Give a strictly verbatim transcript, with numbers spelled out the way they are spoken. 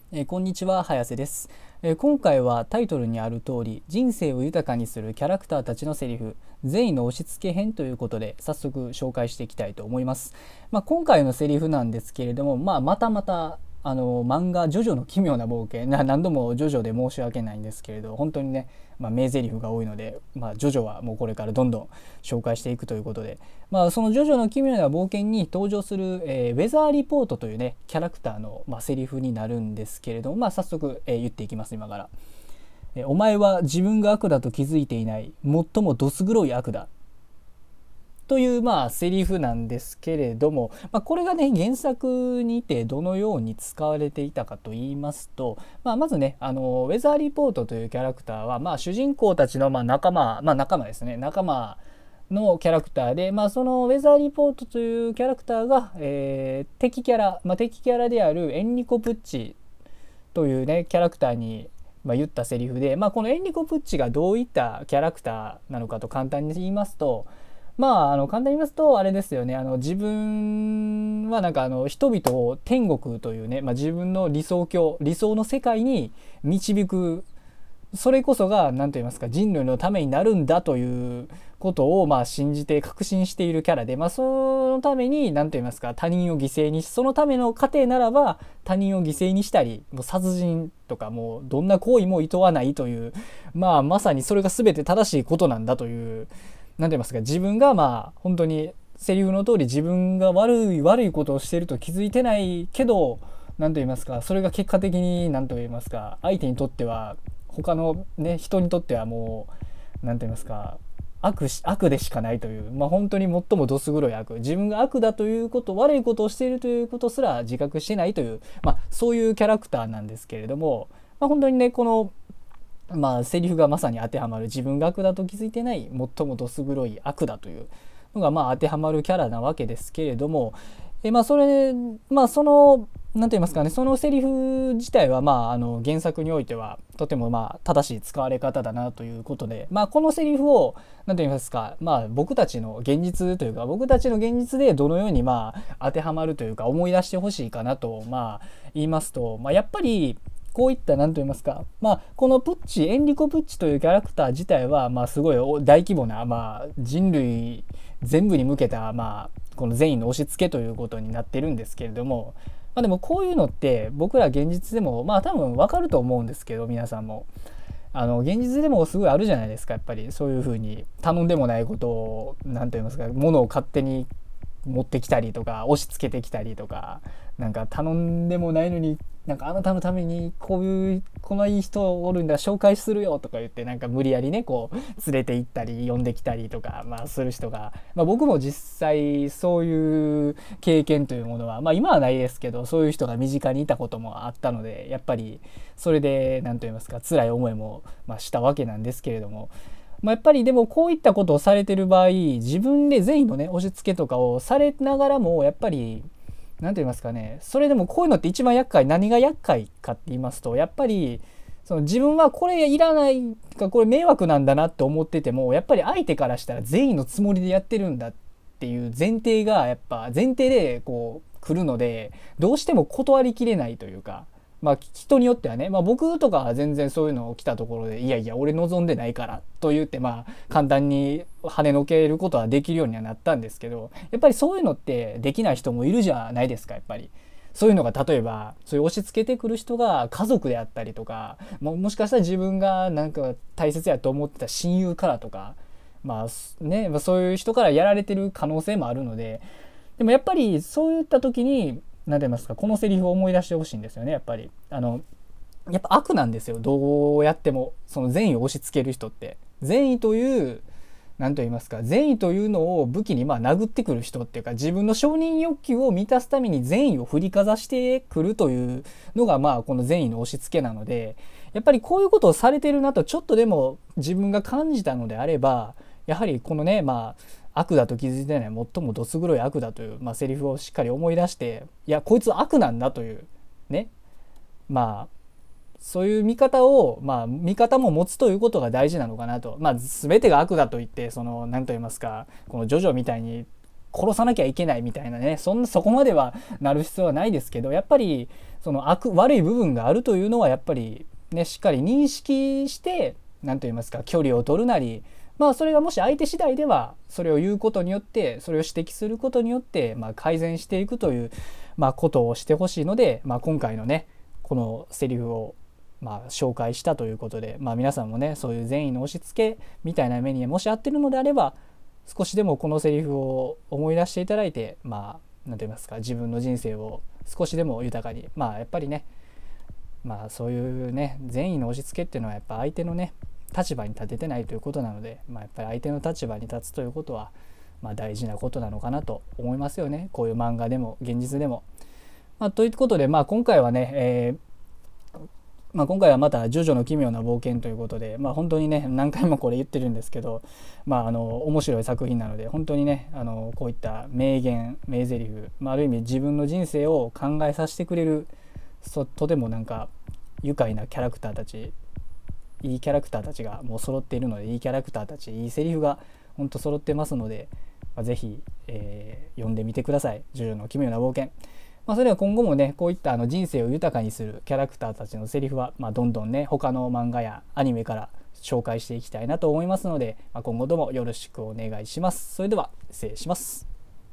えーこんにちは、早瀬です。えー今回はタイトルにある通り、人生を豊かにするキャラクターたちのセリフ、善意の押し付け編ということで、早速紹介していきたいと思います。まあ、今回のセリフなんですけれども、まあ、またまた、あの漫画「ジョジョの奇妙な冒険」な何度もジョジョで申し訳ないんですけれど、本当にね、まあ、名台詞が多いので、まあ、ジョジョはもうこれからどんどん紹介していくということで、まあ、その「ジョジョの奇妙な冒険」に登場する、えーウェザーリポートというねキャラクターの、まあ、セリフになるんですけれども、まあ、早速、えー言っていきます今から、えーお前は自分が悪だと気づいていない最もどす黒い悪だ」というまあセリフなんですけれども、まあ、これがね原作にてどのように使われていたかと言いますと、まあ、まずねあのウェザーリポートというキャラクターは、まあ、主人公たちのまあ仲間、まあ、仲間ですね仲間のキャラクターで、まあ、そのウェザーリポートというキャラクターが、えー敵キャラ、まあ、敵キャラであるエンリコ・プッチというねキャラクターに、まあ、言ったセリフで、まあ、このエンリコ・プッチがどういったキャラクターなのかと簡単に言いますと、まあ、あの簡単に言いますとあれですよね、あの自分はなんかあの人々を天国というね、まあ、自分の理想郷理想の世界に導く、それこそが何と言いますか人類のためになるんだということをまあ信じて確信しているキャラで、まあ、そのために何と言いますか他人を犠牲にし、そのための過程ならば他人を犠牲にしたり、もう殺人とかもうどんな行為も厭わないという、まあ、まさにそれが全て正しいことなんだという、何て言いますか自分がまあ本当にセリフの通り自分が悪い悪いことをしていると気づいてないけど、何と言いますかそれが結果的に何と言いますか相手にとっては他のね人にとってはもう何と言いますか悪し悪でしかないという、まあ本当に最もどす黒い悪、自分が悪だということ、悪いことをしているということすら自覚してないという、まあそういうキャラクターなんですけれども、まあ本当にねこのまあセリフがまさに当てはまる、自分が悪だと気づいてない最もどす黒い悪だというのがまあ当てはまるキャラなわけですけれども、えまあそれまあその何と言いますかね、そのセリフ自体はまああの原作においてはとてもまあ正しい使われ方だなということで、まあこのセリフを何と言いますか、まあ僕たちの現実というか僕たちの現実でどのようにまあ当てはまるというか思い出してほしいかなとまあ言いますと、まあやっぱりこういった何と言いますか、まあ、このプッチエンリコ・プッチというキャラクター自体は、まあ、すごい大規模な、まあ、人類全部に向けた、まあ、この善意の押し付けということになってるんですけれども、まあ、でもこういうのって僕ら現実でもまあ多分わかると思うんですけど、皆さんもあの現実でもすごいあるじゃないですか。やっぱりそういうふうに頼んでもないことを何と言いますか、物を勝手に持ってきたりとか押し付けてきたりとか、なんか頼んでもないのになんかあなたのためにこういうこのいい人おるんだ紹介するよとか言ってなんか無理やりねこう連れて行ったり呼んできたりとか、まあ、する人が、まあ、僕も実際そういう経験というものは、まあ、今はないですけどそういう人が身近にいたこともあったので、やっぱりそれで何と言いますか辛い思いもまあしたわけなんですけれども、まあ、やっぱりでもこういったことをされてる場合、自分で善意のね押し付けとかをされながらもやっぱり何て言いますかね、それでもこういうのって一番厄介、何が厄介かって言いますと、やっぱりその自分はこれいらないかこれ迷惑なんだなって思ってても、やっぱり相手からしたら善意のつもりでやってるんだっていう前提がやっぱ前提でこう来るので、どうしても断りきれないというか、まあ人によってはね、まあ僕とかは全然そういうのを来たところで、いやいや俺望んでないからと言ってまあ簡単に跳ねのけることはできるようにはなったんですけど、やっぱりそういうのってできない人もいるじゃないですか。やっぱりそういうのが例えばそういう押し付けてくる人が家族であったりとか、ももしかしたら自分がなんか大切やと思ってた親友からとか、まあね、まあ、そういう人からやられてる可能性もあるので、でもやっぱりそういった時に何て言いますか、このセリフを思い出してほしいんですよね。やっぱりあのやっぱ悪なんですよ、どうやっても。その善意を押し付ける人って、善意という何と言いますか善意というのを武器にまあ殴ってくる人っていうか、自分の承認欲求を満たすために善意を振りかざしてくるというのがまあこの善意の押し付けなので、やっぱりこういうことをされてるなとちょっとでも自分が感じたのであれば、やはりこのねまあ悪だと気づいてない最もどす黒い悪だという、まあ、セリフをしっかり思い出して、いやこいつ悪なんだというね、まあそういう見方を、まあ、見方も持つということが大事なのかなと。まあ、全てが悪だと言って、その、何と言いますか、このジョジョみたいに殺さなきゃいけないみたいなね、そんなそこまではなる必要はないですけど、やっぱりその悪悪い部分があるというのはやっぱりね、しっかり認識して何と言いますか、距離を取るなり、まあそれがもし相手次第ではそれを言うことによって、それを指摘することによって、まあ、改善していくという、まあ、ことをしてほしいので、まあ、今回のねこのセリフをまあ紹介したということで、まあ、皆さんもねそういう善意の押し付けみたいな目にもし合ってるのであれば、少しでもこのセリフを思い出していただいて、まあ何と言いますか、自分の人生を少しでも豊かに、まあやっぱりね、まあそういうね善意の押し付けっていうのはやっぱ相手のね立場に立ててないということなので、まあ、やっぱり相手の立場に立つということは、まあ、大事なことなのかなと思いますよね。こういう漫画でも現実でも。まあ、ということで、まあ、今回はね、えーまあ、今回はまたジョジョの奇妙な冒険ということで、まあ、本当にね何回もこれ言ってるんですけど、まあ、あの面白い作品なので、本当にねあのこういった名言名台詞、まあ、ある意味自分の人生を考えさせてくれる、そとてもなんか愉快なキャラクターたち、いいキャラクターたちがもう揃っているので、いいキャラクターたち、いいセリフが本当揃ってますので、まあ、ぜひ、えー、読んでみてください。ジョジョの奇妙な冒険。まあ、それは今後もねこういったあの人生を豊かにするキャラクターたちのセリフは、まあ、どんどんね他の漫画やアニメから紹介していきたいなと思いますので、まあ、今後ともよろしくお願いします。それでは失礼します。